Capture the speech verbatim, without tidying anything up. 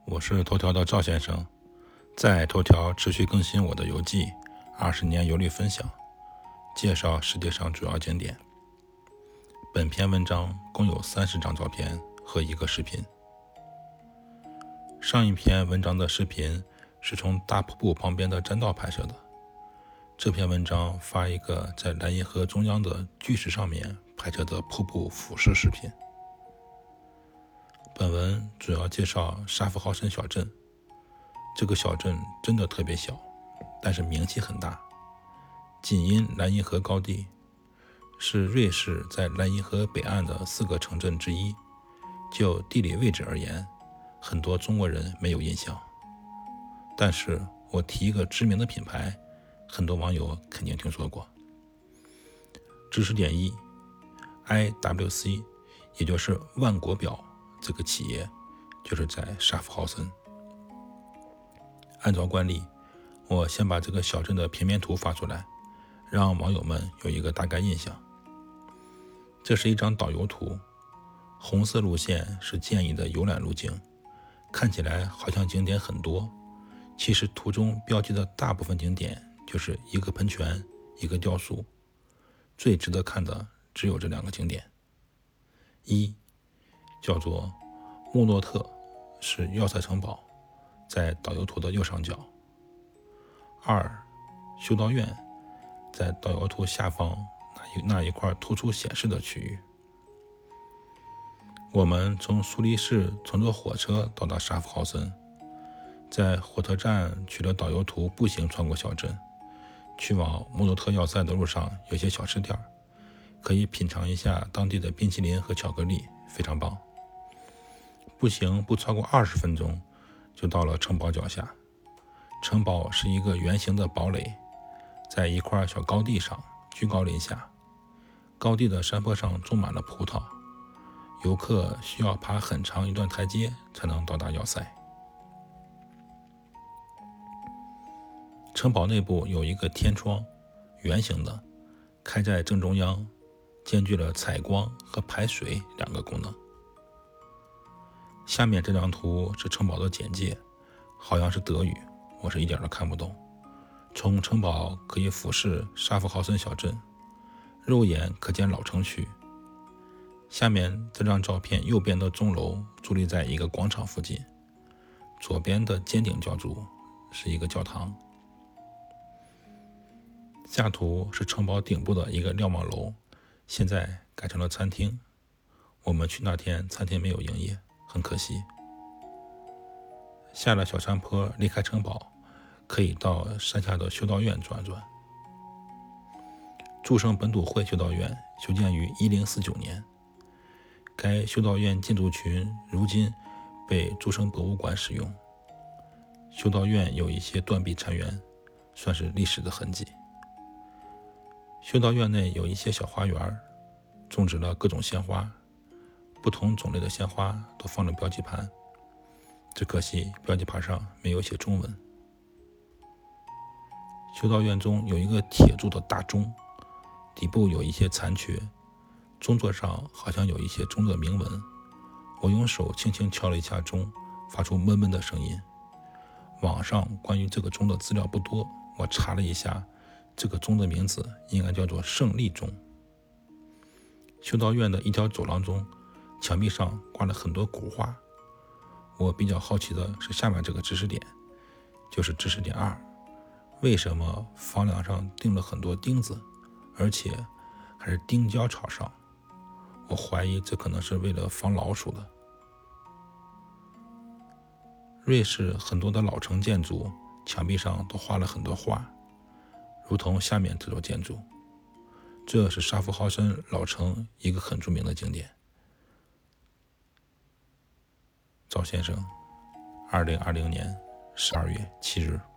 我是头条的赵先生，在头条持续更新我的游记，二十年游历分享，介绍世界上主要景点。本篇文章共有三十张照片和一个视频。上一篇文章的视频是从大瀑布旁边的栈道拍摄的，这篇文章发一个在莱茵河中央的巨石上面拍摄的瀑布俯视视频。本文主要介绍沙夫豪森小镇，这个小镇真的特别小，但是名气很大，仅因莱茵河高地，是瑞士在莱茵河北岸的四个城镇之一。就地理位置而言，很多中国人没有印象，但是我提一个知名的品牌，很多网友肯定听说过。知识点一 I W C， 也就是万国表，这个企业就是在沙夫豪森。按照惯例，我先把这个小镇的平面图发出来，让网友们有一个大概印象。这是一张导游图，红色路线是建议的游览路径，看起来好像景点很多，其实图中标记的大部分景点就是一个喷泉，一个雕塑，最值得看的只有这两个景点。一叫做穆诺特，是要塞城堡，在导游图的右上角。二修道院，在导游图下方那一那一块突出显示的区域。我们从苏黎世乘坐火车到达沙夫豪森，在火车站取了导游图，步行穿过小镇，去往穆诺特要塞的路上有些小吃店，可以品尝一下当地的冰淇淋和巧克力，非常棒。步行不超过二十分钟就到了城堡脚下。城堡是一个圆形的堡垒，在一块小高地上，居高临下。高地的山坡上种满了葡萄，游客需要爬很长一段台阶才能到达要塞。城堡内部有一个天窗，圆形的，开在正中央，兼具了采光和排水两个功能。下面这张图是城堡的简介，好像是德语，我是一点都看不懂。从城堡可以俯视沙夫豪森小镇，肉眼可见老城区。下面这张照片右边的钟楼伫立在一个广场附近，左边的尖顶教柱是一个教堂。下图是城堡顶部的一个瞭望楼，现在改成了餐厅。我们去那天餐厅没有营业，很可惜。下了小山坡离开城堡，可以到山下的修道院转转。诸圣本笃会修道院修建于一零四九年，该修道院建筑群如今被诸圣博物馆使用。修道院有一些断壁残垣，算是历史的痕迹。修道院内有一些小花园，种植了各种鲜花，不同种类的鲜花都放了标记盘，只可惜标记盘上没有写中文。修道院中有一个铁铸的大钟，底部有一些残缺，钟座上好像有一些钟的铭文。我用手轻轻敲了一下钟，发出闷闷的声音。网上关于这个钟的资料不多，我查了一下，这个钟的名字应该叫做胜利钟。修道院的一条走廊中，墙壁上挂了很多古画。我比较好奇的是下面这个知识点，就是知识点二，为什么房梁上钉了很多钉子，而且还是钉胶朝上？我怀疑这可能是为了防老鼠的。瑞士很多的老城建筑墙壁上都画了很多画，如同下面这座建筑，这是沙夫豪森老城一个很著名的景点。赵先生，二零二零年十二月七日。